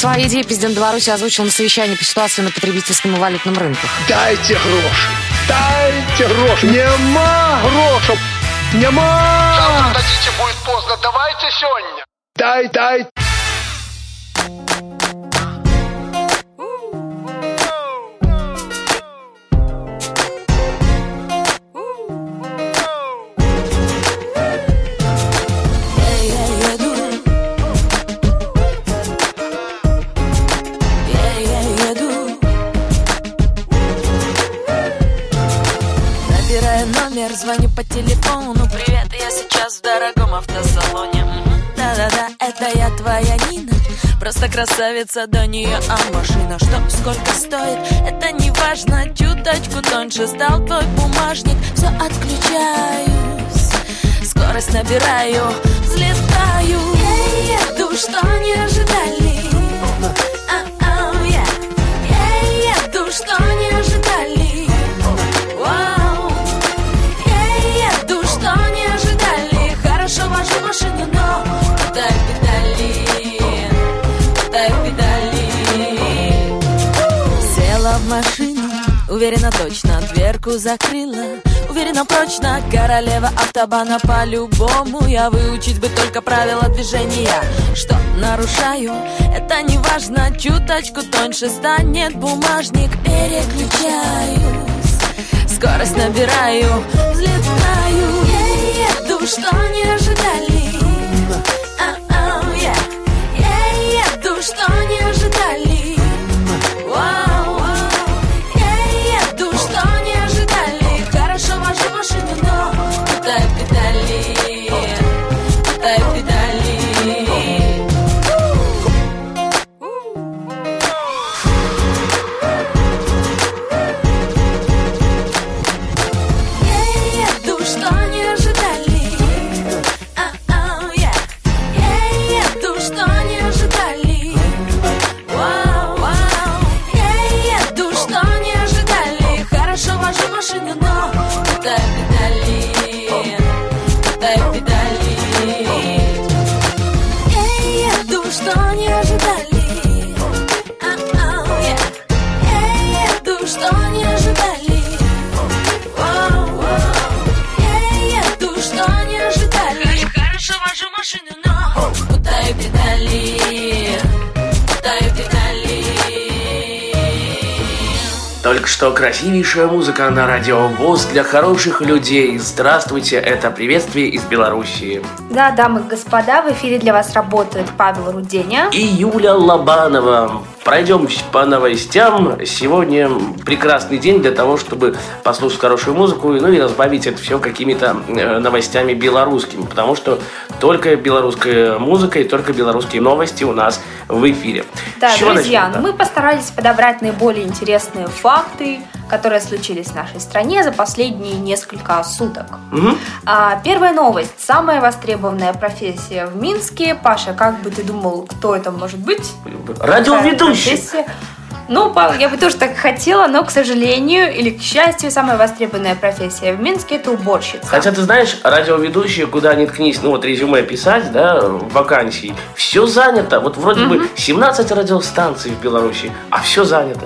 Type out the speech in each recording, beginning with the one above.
Свои идеи президент Беларуси озвучил на совещании по ситуации на потребительском и валютном рынках. Дайте гроши! Дайте гроши! Нема грошей! Нема! Завтра дадите, будет поздно. Давайте сегодня. Дай! Звоню по телефону, привет, я сейчас в дорогом автосалоне. Да-да-да, это я, твоя Нина. Просто красавица, до нее, а машина что, сколько стоит? Это не важно, чуточку тоньше стал твой бумажник. Все, отключаюсь, скорость набираю, взлетаю. Я еду, что не ожидали. Я еду, что не ожидали. Хорошо вожу машину, но дай педали. Села в машину, уверенно точно, дверку закрыла. Уверенно прочно, королева автобана по-любому. Я выучить бы только правила движения. Что нарушаю, это не важно. Чуточку тоньше станет бумажник. Переключаюсь, скорость набираю, взлетаю. Я еду, что не ожидали. Я еду, что не ожидали. Я еду, что не ожидали. Хорошо вожу машину, но дай педали. Только что красивейшая музыка на радио ВОС для хороших людей. Здравствуйте, это приветствие из Белоруссии. Да, дамы и господа, в эфире для вас работает Павел Руденя и Юля Лобанова. Пройдем по новостям. Сегодня прекрасный день для того, чтобы послушать хорошую музыку, и разбавить это все какими-то новостями белорусскими, потому что только белорусская музыка и только белорусские новости у нас в эфире. Да, друзья, мы постарались подобрать наиболее интересные факты, которые случились в нашей стране за последние несколько суток. Первая новость. Самая востребованная профессия в Минске. Паша, как бы ты думал, кто это может быть? Радиоведущий. Павел, я бы тоже так хотела, но, к сожалению, или к счастью, самая востребованная профессия в Минске – это уборщица. Хотя, ты знаешь, радиоведущие, куда ни ткнись, резюме писать, вакансии, все занято. Вот вроде бы 17 радиостанций в Беларуси, а все занято.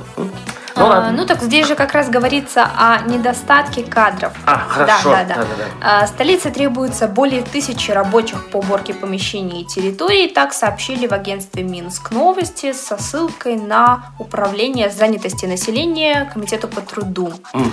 Так здесь же как раз говорится о недостатке кадров. Хорошо. Да. Столице требуется более 1000 рабочих по уборке помещений и территорий. Так сообщили в агентстве Минск Новости со ссылкой на Управление занятости населения Комитету по труду.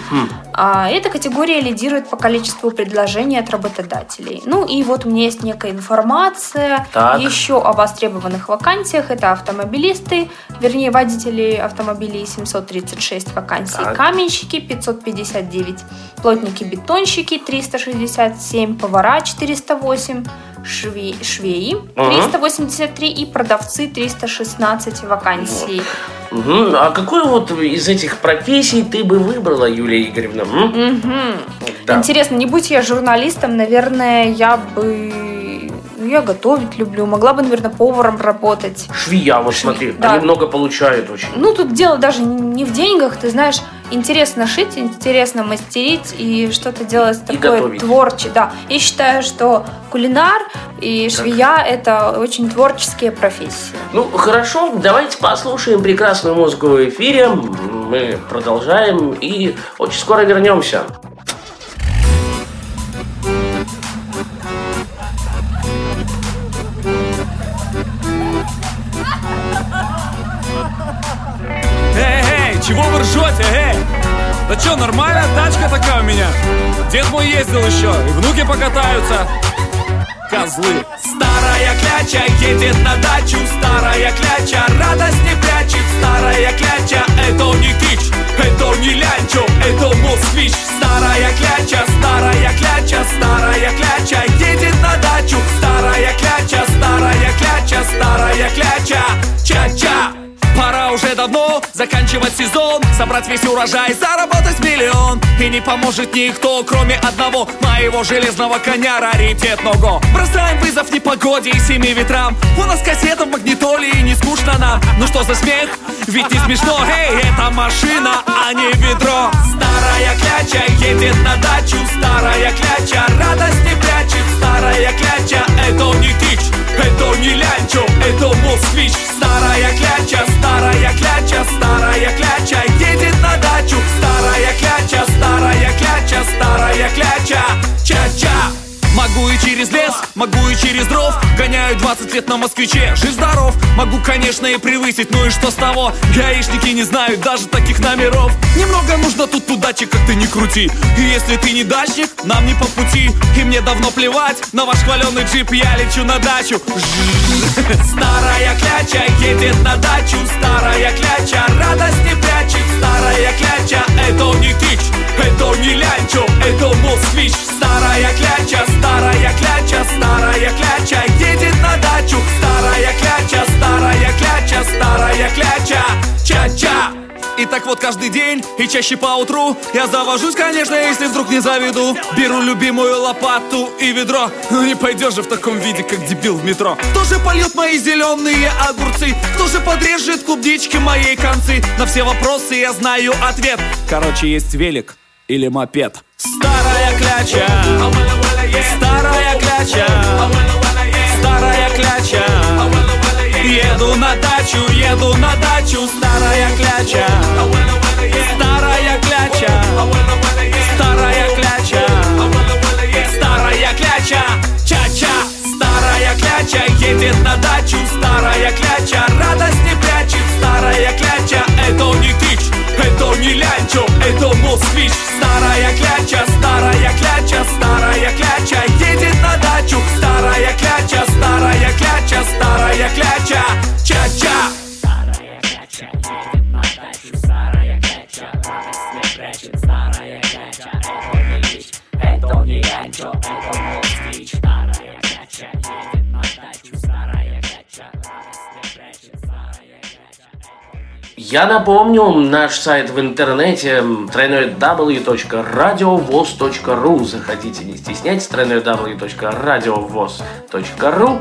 Эта категория лидирует по количеству предложений от работодателей. И вот у меня есть некая информация еще о востребованных вакансиях. Это автомобилисты, водители автомобилей 736 вакансий, каменщики 559, плотники-бетонщики 367, повара 408, швеи 383 и продавцы 316 вакансий. А какую из этих профессий ты бы выбрала, Юлия Игоревна? Да. Интересно, не будь я журналистом, наверное, я готовить люблю. Могла бы, наверное, поваром работать. Швея, смотри, они много получают очень. Тут дело даже не в деньгах, ты знаешь, интересно шить, интересно мастерить и что-то делать И такое готовить. творческое. Да. Я считаю, что кулинар и швея – это очень творческие профессии. Ну, хорошо, давайте послушаем прекрасную музыку в эфире. Мы продолжаем и очень скоро вернемся. Эй, чего вы ржете, эй? Да чё, нормальная тачка такая у меня? Дед мой ездил еще, и внуки покатаются. Козлы. Старая кляча едет на дачу. Старая кляча радость не прячет. Старая кляча, это не кич, это не лянчо, это москвич. Старая кляча, старая кляча, старая кляча едет на дачу. Старая кляча, старая кляча, старая кляча, ча-ча. Пора уже давно заканчивать сезон, собрать весь урожай, заработать миллион. И не поможет никто, кроме одного моего железного коня раритетного. Бросаем вызов непогоде и семи ветрам. У нас кассета в магнитоле и не скучно нам. Ну что за смех? Ведь не смешно. Эй, это машина, а не ведро. Старая кляча едет на дачу. Старая кляча радость не прячет. Старая кляча, это не кич, это не лянчо, это москвич. Старая кляча, старая кляча, старая кляча едет на дачу. Старая кляча, старая кляча, старая кляча, ча-ча. Могу и через лес, могу и через дров. Гоняю 20 лет на москвиче, жив-здоров. Могу, конечно, и превысить, ну и что с того? Гаишники не знают даже таких номеров. Немного нужно тут удачи, как ты ни крути. И если ты не дачник, нам не по пути. И мне давно плевать на ваш хваленый джип, я лечу на дачу. Старая кляча едет на дачу. Старая кляча радость не прячет. Старая кляча, это не кич, это не лянчо, это москвич. Старая кляча, старая кляча, старая кляча едет на дачу. Старая кляча, старая кляча, старая кляча, ча-ча. И так вот каждый день, и чаще по утру я завожусь, конечно, если вдруг не заведу. Беру любимую лопату и ведро. Ну не пойдешь же в таком виде, как дебил в метро. Кто же польет мои зеленые огурцы? Кто же подрежет клубнички моей концы? На все вопросы я знаю ответ. Короче, есть велик или мопед. Старая кляча, старая кляча, старая кляча. Еду на дачу, еду на дачу. Старая кляча, старая кляча, старая кляча, старая кляча, ча-ча. Старая кляча едет на дачу. Старая кляча радость не прячет. Старая кляча, это не кич, это не лянчо, это москвич. Старая кляча, старая кляча, старая кляча едет на дачу. Старая кляча, старая кляча, старая кляча, ча-ча. Старая кляча едет на дачу. Старая кляча радость не прячет. Старая кляча, это не кич, это не лянчо, это москвич. Старая кляча едет на дачу. Старая кляча радость не прячет. Старая кляча. Я напомню, наш сайт в интернете www.radiovoz.ru. Заходите, не стесняйтесь, www.radiovoz.ru.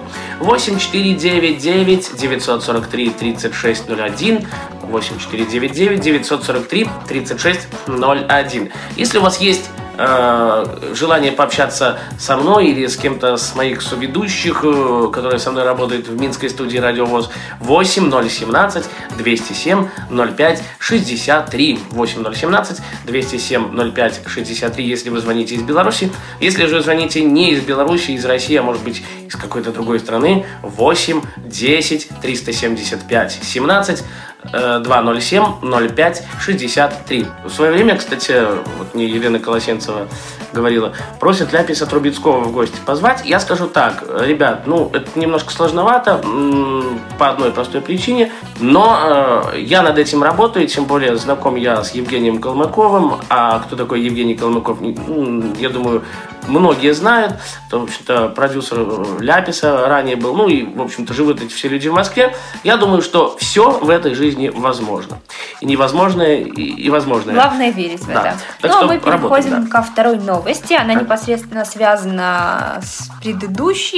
8499 943 3601 8499 943 3601. Если у вас есть желание пообщаться со мной или с кем-то с моих соведущих, которые со мной работают в минской студии Радио ВОС, 8017 207 05 63 8017 207 05 63, если вы звоните из Беларуси. Если же вы звоните не из Беларуси, из России, а может быть из какой-то другой страны, 8 10 375 17 207 05 63. В свое время, кстати, вот мне Елена Колосенцева говорила, просят Ляписа Трубецкого в гости позвать. Я скажу так, ребят, ну, это немножко сложновато по одной простой причине, но я над этим работаю, тем более знаком я с Евгением Калмыковым. А кто такой Евгений Калмыков, я думаю, многие знают. То, в общем-то, продюсер Ляписа ранее был. Ну и, в общем-то, живут эти все люди в Москве. Я думаю, что все в этой жизни возможно. И невозможное, и возможное. Главное верить в это. Так ну, а мы переходим работаем, ко второй новости. Она непосредственно связана с предыдущей.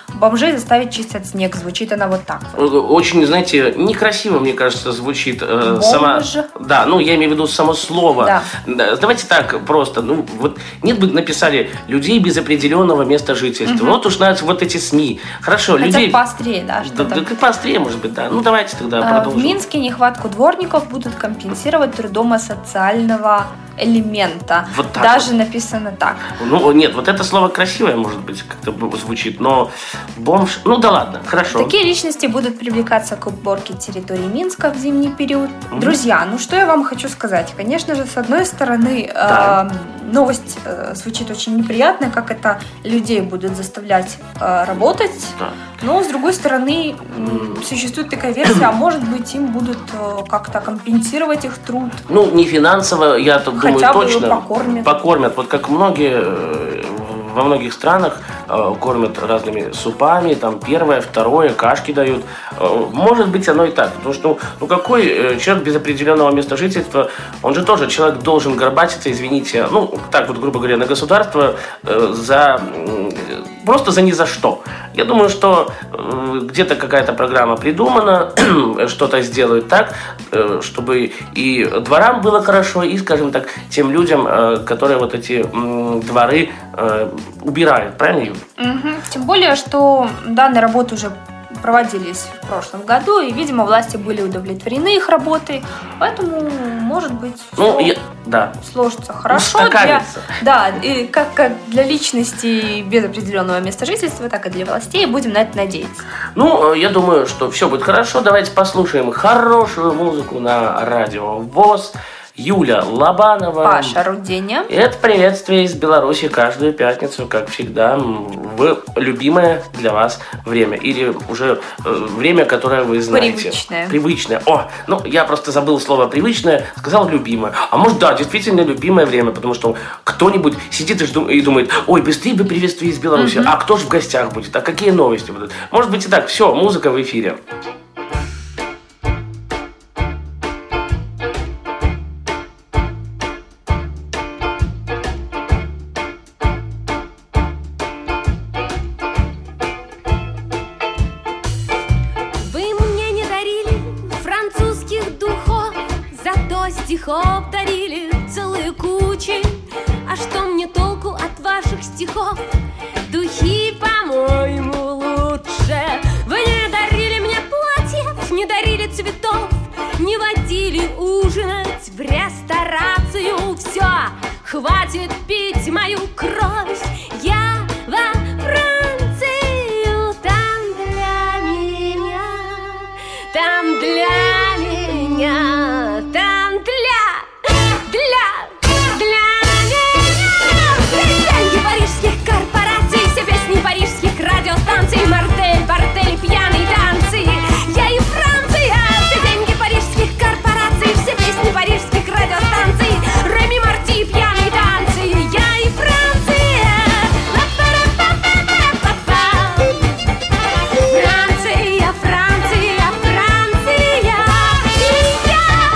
бомжей заставить чистить снег. Звучит она вот так вот. Очень, знаете, некрасиво, мне кажется, звучит сама... Да, ну, я имею в виду само слово. Да. Давайте так просто. Ну, вот нет бы написали «людей без определенного места жительства». Вот уж нравятся вот эти СМИ. Хорошо, хотя людей... поострее, да. Да, поострее, может быть, да. Ну, давайте тогда продолжим. В Минске нехватку дворников будут компенсировать трудом социального элемента. Вот так даже вот написано так. Ну, нет, вот это слово красивое, может быть, как-то звучит, но бомж... Ну, да ладно, хорошо. Такие личности будут привлекаться к уборке территории Минска в зимний период. Друзья, ну что я вам хочу сказать? Конечно же, с одной стороны, новость звучит очень неприятно, как это людей будут заставлять работать, но с другой стороны, существует такая версия, а может быть, им будут как-то компенсировать их труд. Ну, не финансово, я тут думаю, точно покормят. Вот как во многих странах кормят разными супами, там первое, второе, кашки дают. Может быть, оно и так. Потому что, ну какой человек без определенного места жительства, он же тоже, человек должен горбатиться, извините, ну, так вот, грубо говоря, на государство просто за ни за что. Я думаю, что где-то какая-то программа придумана, что-то сделают так, чтобы и дворам было хорошо, и, скажем так, тем людям, которые вот эти дворы убирают, правильно, Юля? Тем более, что данные работы уже проводились в прошлом году, и, видимо, власти были удовлетворены их работой, поэтому, может быть, сложится хорошо. И как для личности без определенного места жительства, так и для властей, будем на это надеяться. Ну, я думаю, что все будет хорошо. Давайте послушаем хорошую музыку на радио ВОС. Юля Лобанова, Паша Руденя. И это приветствие из Беларуси каждую пятницу, как всегда, в любимое для вас время. Или уже время, которое вы знаете. Привычное. Ну, я просто забыл слово привычное, сказал любимое. А может, да, действительно любимое время, потому что кто-нибудь сидит и думает, ой, быстрее бы приветствие из Беларуси. А кто же в гостях будет? А какие новости будут? Может быть и так. Все, музыка в эфире. Стихов дарили целые кучи. А что мне толку от ваших стихов? Духи, по-моему, лучше. Вы не дарили мне платьев, не дарили цветов, не водили ужинать в ресторацию. Все, хватит пить мою кровь. Я во Францию, там для меня, там для меня, там деньги парижских корпораций, все песни парижских радиостанций, мартель, бортели, пьяные танцы. Я и Франция, все деньги парижских корпораций, все песни парижских радиостанций, Реми Марти, пьяные танцы. Я и Франция, Франция, Франция, Франция. И я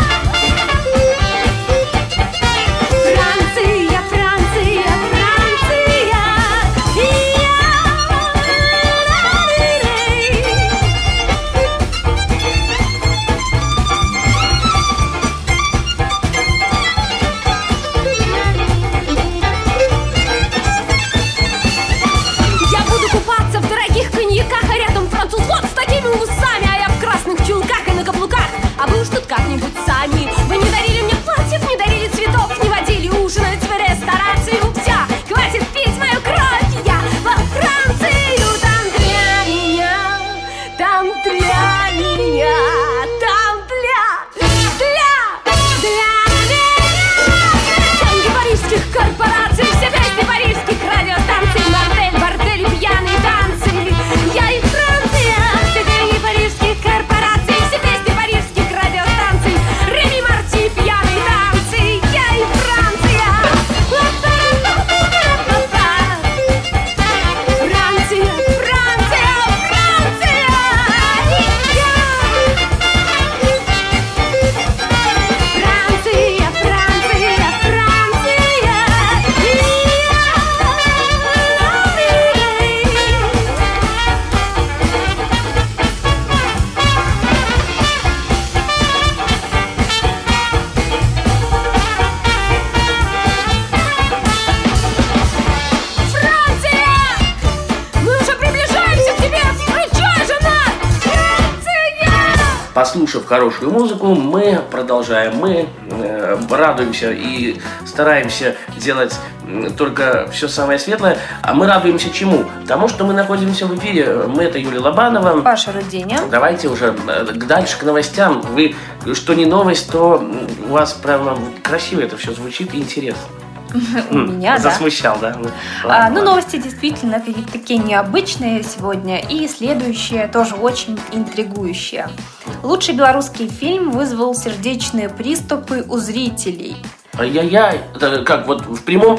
послушав хорошую музыку, мы продолжаем. Мы радуемся и стараемся делать только все самое светлое. А мы радуемся чему? Тому, что мы находимся в эфире. Мы — это Юлия Лобанова. Паша Руденя. Давайте уже дальше к новостям. Вы, что не новость, то у вас прямо красиво это все звучит и интересно. У меня, да. Засмущал, да? Ну, новости действительно такие необычные сегодня. И следующее тоже очень интригующее. Лучший белорусский фильм вызвал сердечные приступы у зрителей. Ай-яй-яй, это как, вот в прямом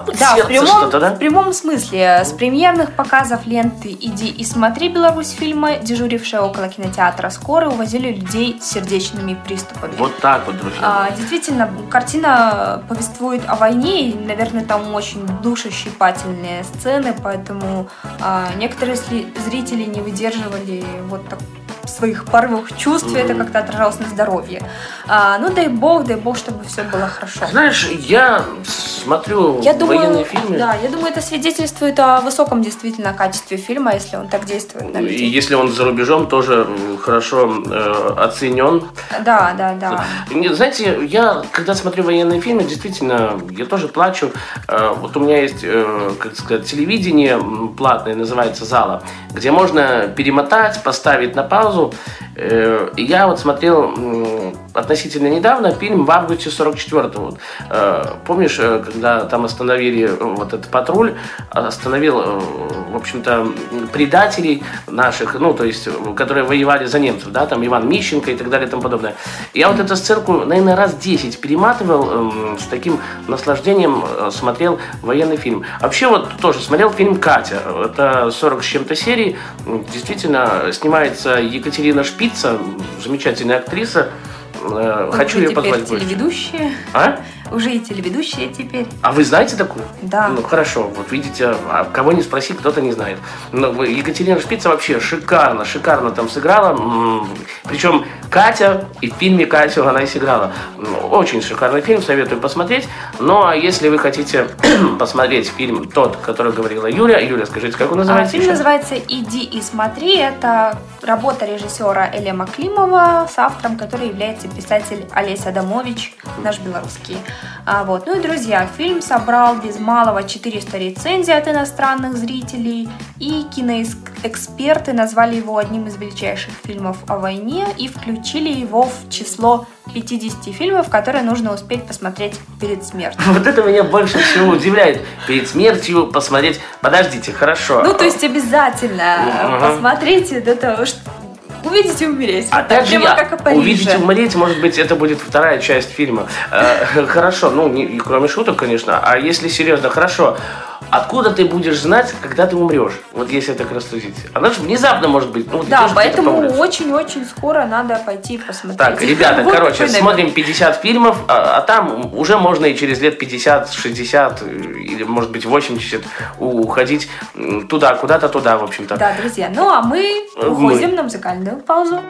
в прямом смысле. С премьерных показов ленты «Иди и смотри Беларусь» фильма, дежурившие около кинотеатра «Скорый», увозили людей с сердечными приступами. Вот так вот, друзья. Действительно, картина повествует о войне, и, наверное, там очень душещипательные сцены, поэтому некоторые зрители не выдерживали вот так своих порывов чувств, это как-то отражалось на здоровье. Ну, дай бог, чтобы все было хорошо. Знаешь, я смотрю военные фильмы. Да, я думаю, это свидетельствует о высоком действительно качестве фильма, если он так действует на людей. И если он за рубежом, тоже хорошо оценен. Да. Знаете, я, когда смотрю военные фильмы, действительно, я тоже плачу. Вот у меня есть, как сказать, телевидение платное, называется «Зала», где можно перемотать, поставить на паузу. И я вот смотрел относительно недавно фильм в августе 44-го. Помнишь, когда там остановили вот этот патруль, остановил, в общем-то, предателей наших, ну, то есть, которые воевали за немцев, да, там Иван Мищенко и так далее и тому подобное. Я вот эту сценку, наверное, раз 10 перематывал, с таким наслаждением смотрел военный фильм. Вообще вот тоже смотрел фильм «Катя». Это 40 с чем-то серий. Действительно, снимается Екатерина Шпица, замечательная актриса. Хочу ее позвать больше. Телеведущая. А? Уже и телеведущая теперь. А вы знаете такую? Да. Ну хорошо, вот видите, кого не спроси, кто-то не знает. Но Екатерина Шпица вообще шикарно там сыграла. Причем Катя, и в фильме Катю она и сыграла. Очень шикарный фильм, советую посмотреть. Ну а если вы хотите посмотреть фильм тот, который говорила Юля, скажите, как он называется? Фильм называется «Иди и смотри». Это работа режиссера Элема Климова с автором, который является писатель Олесь Адамович, наш белорусский. Ну и, друзья, фильм собрал без малого 400 рецензий от иностранных зрителей, и киноэксперты назвали его одним из величайших фильмов о войне и включили его в число 50 фильмов, которые нужно успеть посмотреть перед смертью. Вот это меня больше всего удивляет. Перед смертью посмотреть... Подождите, хорошо. Ну, то есть обязательно посмотрите это... Увидеть и умереть. Опять же, увидеть и умереть, может быть, это будет вторая часть фильма. Хорошо, кроме шуток, конечно. А если серьезно, хорошо. Откуда ты будешь знать, когда ты умрешь? Вот если так рассудить. Она же внезапно может быть. Да, поэтому очень-очень скоро надо пойти посмотреть. Так, ребята, смотрим 50 фильмов, а там уже можно и через лет 50, 60 или, может быть, 80 уходить туда, куда-то туда, в общем-то. Да, друзья. Ну, а мы уходим на музыкальную паузу.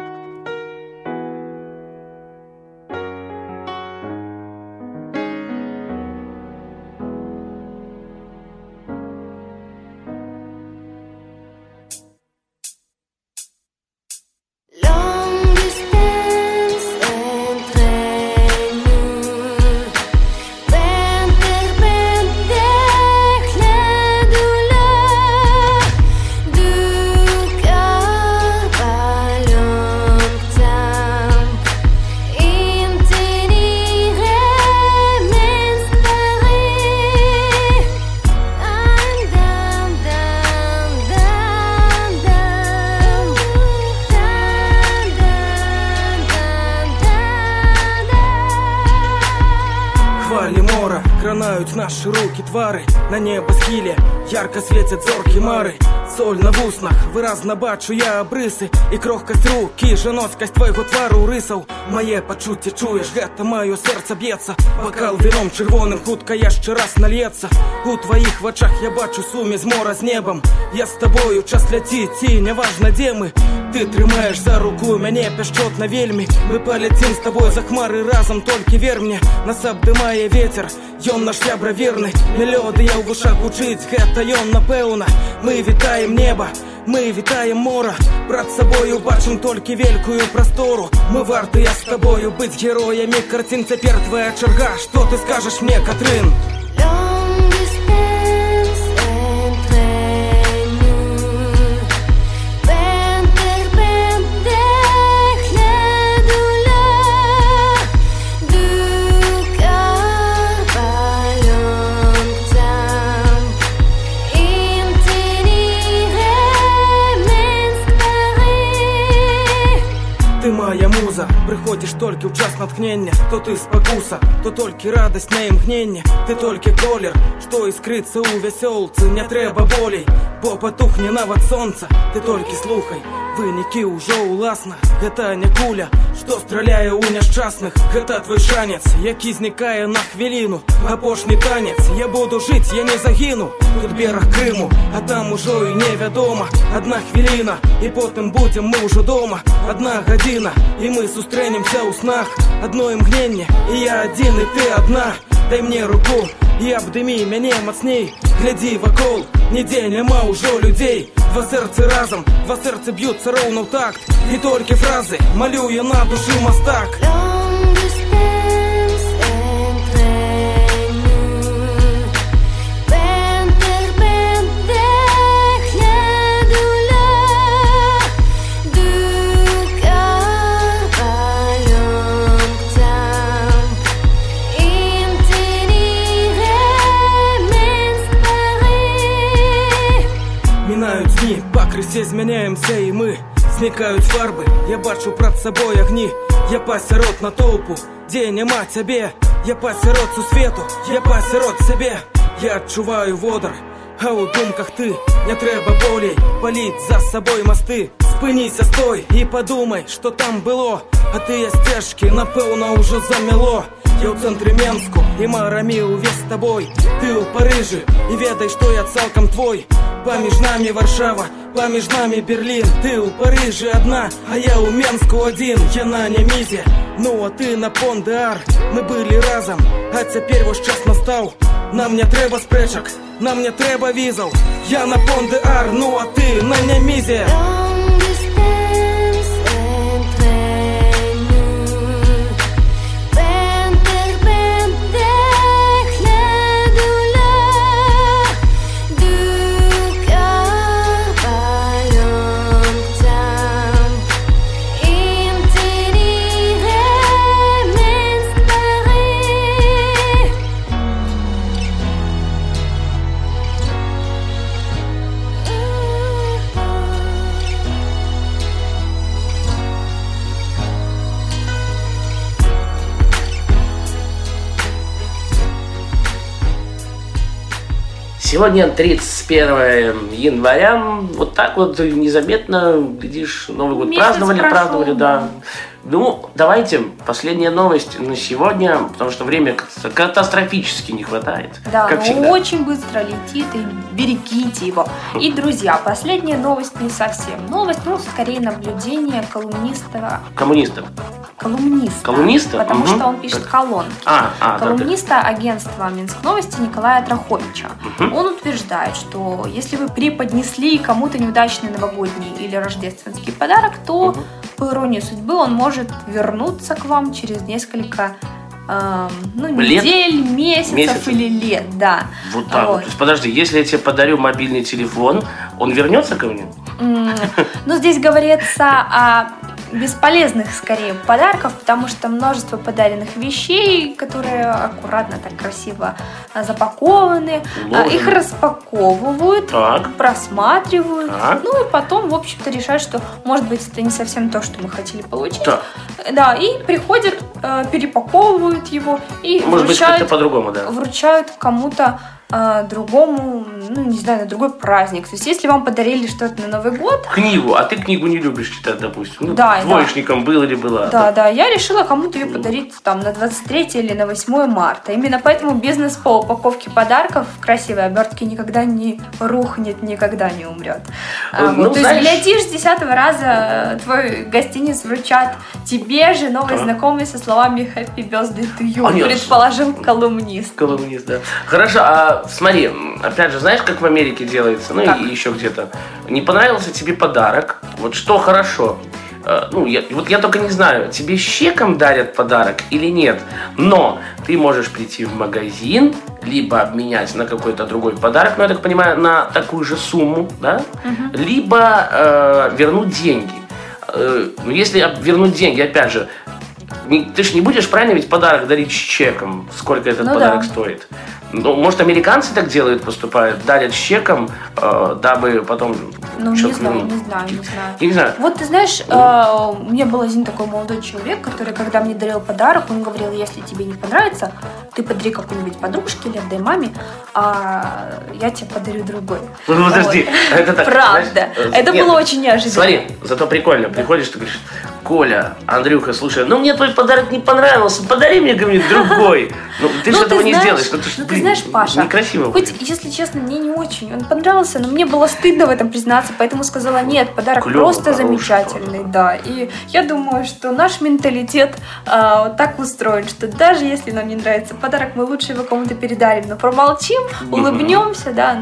Наши руки твари на небосхилі, ярко світять зоркі мари. Соль на вуснах, виразно бачу я обриси, і крохкость рук, і жорсткость твого твару рисав. Моє почуття чуєш, гэта моє серце б'ється. Бокал вином червоним хутко яще раз нальється. У твоїх очах я бачу сумісь мора з небом. Я з тобою, час летить, і неважно де ми. Ты тримаешь за руку мяне пяшчотна вельмі. Мы полетим с тобой за хмары разом, толькі вер мне. Нас абдымае ветер, ён наш сябра верны. Мелодыя ў вушах гучыць, гэта ён напэўна. Мы вітаем неба, Ми вітаєм мора, брат собою бачим тільки великую простору. Ми варты, я з тобою, быть героями картин. Теперь твоя черга, что ты скажешь мне, Катрин? Ты моя муза, приходишь только в час натхнення. То ти спокуса, то тільки радостне імгнення. Ти тільки колір, що іскриться у веселці. Не треба болей, бо потухне навіть сонце. Ти тільки слухай, виніки уже уласна. Гэта не куля, що стріляє у нещасних. Гэта твой шанець, який зникає на хвилину. Апошній танець, я буду жить, я не загину. Тут берег Криму, а там уже і невідомо. Одна хвилина, і потім будем ми уже дома. Одна година, і ми зустрінемося у снах. Одно імгнення, і я один, і ти одна. Дай мені руку, і обдими мене мацней. Гляди вокол, ніде нема уже людей. Два серця разом, два серця б'ються ровно в такт. І тільки фрази малює на душі мастак. Минають дні, покрisi зміняємося і ми. Зникають фарби, я бачу перед собою огні. Я посеред натовпу, де нема тебе. Я посеред сусвету, я посеред себе. Я відчуваю водор, а у думках ти. Не треба болей, палить за собою мости. Спиніться, стой і подумай, що там було. А тыя стежки, напевно, уже замело. Я у центрі Менску, і марами увесь з тобой. Ти у Парижі, і ведай, що я цалком твой. Поміж нами Варшава, поміж нами Берлін. Ти у Парижі одна, а я у Менску один. Я на Немізе, ну а ти на Пон-де-Ар. Ми були разом, а тепер ваш час настав. Нам не треба спречок, нам не треба візов. Я на Пон-де-Ар, ну а ти на Немізе. Сегодня 31 января, вот так вот незаметно, видишь, Новый год праздновали, да. Ну, давайте, последняя новость на сегодня, потому что время катастрофически не хватает. Да, как но всегда. очень быстро летит, и берегите его. И, друзья, последняя новость не совсем новость, но скорее наблюдение колумниста. Колумниста, потому что он пишет колонки. Колумниста агентства Минск Новости Николая Троховича. Он утверждает, что если вы преподнесли кому-то неудачный новогодний или рождественский подарок, то, по иронии судьбы, он может вернуться к вам через несколько недель, месяцев или лет. Да. Вот так вот. То есть, подожди, если я тебе подарю мобильный телефон, он вернется ко мне? Ну, здесь говорится о бесполезных, скорее, подарков, потому что множество подаренных вещей, которые аккуратно, так красиво запакованы, их распаковывают, просматривают, ну и потом, в общем-то, решают, что, может быть, это не совсем то, что мы хотели получить. Да, и приходят, перепаковывают его и может быть, как-то по-другому, да. Вручают кому-то другому, ну, не знаю, на другой праздник. То есть, если вам подарили что-то на Новый год... Книгу, а ты книгу не любишь читать, допустим. Ну, да, двоечником был или была. Да, я решила кому-то ее подарить там на 23 или на 8 марта. Именно поэтому бизнес по упаковке подарков в красивой обертке никогда не рухнет, никогда не умрет. Ну, то есть, глядишь, с 10-го раза твой гостиниц вручат тебе же, новый знакомый, со словами «Happy birthday to you», предположил колумнист. Колумнист, да. Хорошо, а Смотри, опять же, знаешь, как в Америке делается, ну и еще где-то. Не понравился тебе подарок, вот что хорошо. Я только не знаю, тебе с чеком дарят подарок или нет, но ты можешь прийти в магазин, либо обменять на какой-то другой подарок, я так понимаю, на такую же сумму, да, либо вернуть деньги. Если вернуть деньги, опять же, ты же не будешь, правильно, ведь подарок дарить с чеком, сколько этот подарок стоит. Может, американцы так делают, поступают, дарят с чеком, дабы потом... Не знаю. Вот ты знаешь, у меня был один такой молодой человек, который, когда мне дарил подарок, он говорил, если тебе не понравится, ты подари какой-нибудь подружке или отдай маме, а я тебе подарю другой. Подожди, это так. Правда. Это было очень неожиданно. Смотри, зато прикольно. Приходишь, ты говоришь: Коля, Андрюха, слушай, мне твой подарок не понравился, подари мне ко-нибудь другой. Ты же этого не сделаешь. Ты знаешь, Паша, некрасиво. Хоть, если честно, мне не очень он понравился, но мне было стыдно в этом признаться, поэтому сказала, нет, подарок просто замечательный, да. И я думаю, что наш менталитет так устроен, что даже если нам не нравится подарок, мы лучше его кому-то передарим, но промолчим, улыбнемся, да,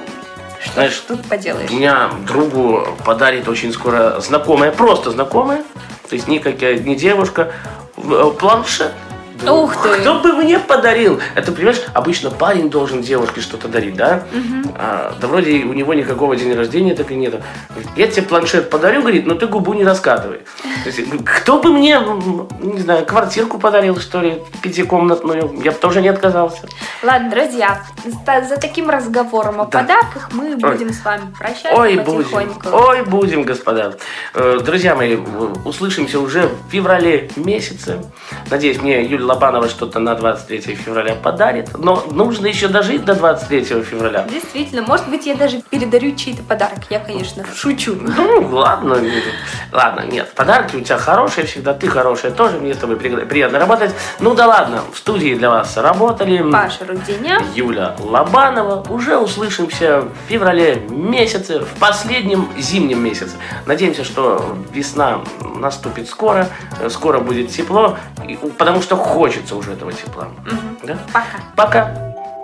что ж тут поделаешь. У меня другу подарит очень скоро знакомая, просто знакомая, то есть никакая не девушка, планшет. Ух ты! Кто бы мне подарил? Это, понимаешь, обычно парень должен девушке что-то дарить, да? Да вроде у него никакого дня рождения так и нету. Я тебе планшет подарю, говорит, но ты губу не раскатывай. То есть, кто бы мне, не знаю, квартирку подарил, что ли, 5-комнатную, я бы тоже не отказался. Ладно, друзья, за таким разговором о подарках мы будем с вами прощаться потихоньку. Будем, господа. Друзья мои, услышимся уже в феврале месяце. Надеюсь, мне Юлия Лобанова что-то на 23 февраля подарит, но нужно еще дожить до 23 февраля. Действительно, может быть, я даже передарю чей-то подарок. Я, конечно, шучу. Ладно, нет, подарки у тебя хорошие всегда, ты хорошая тоже, мне с тобой приятно работать. Да ладно, в студии для вас работали Паша Руденя, Юля Лобанова. Уже услышимся в феврале месяце, в последнем зимнем месяце. Надеемся, что весна наступит скоро будет тепло, потому что хочется уже этого тепла. Да? Пока.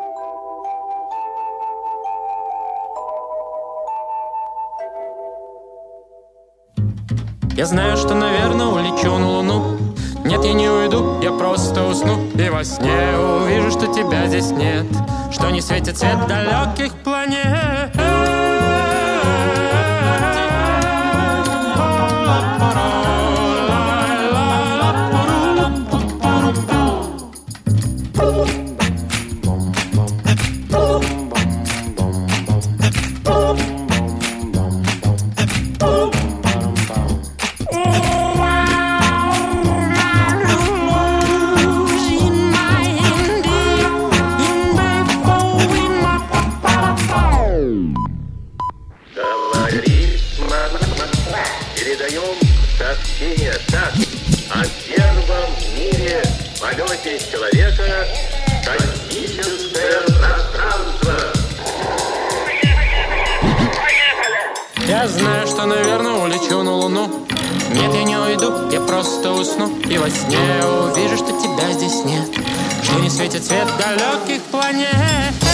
Я знаю, что, наверное, улечу на Луну. Нет, я не уйду, я просто усну. И во сне увижу, что тебя здесь нет, что не светит свет далеких планет. Я знаю, что, наверное, улечу на Луну. Нет, я не уйду, я просто усну. И во сне увижу, что тебя здесь нет, что не светит свет далеких планет.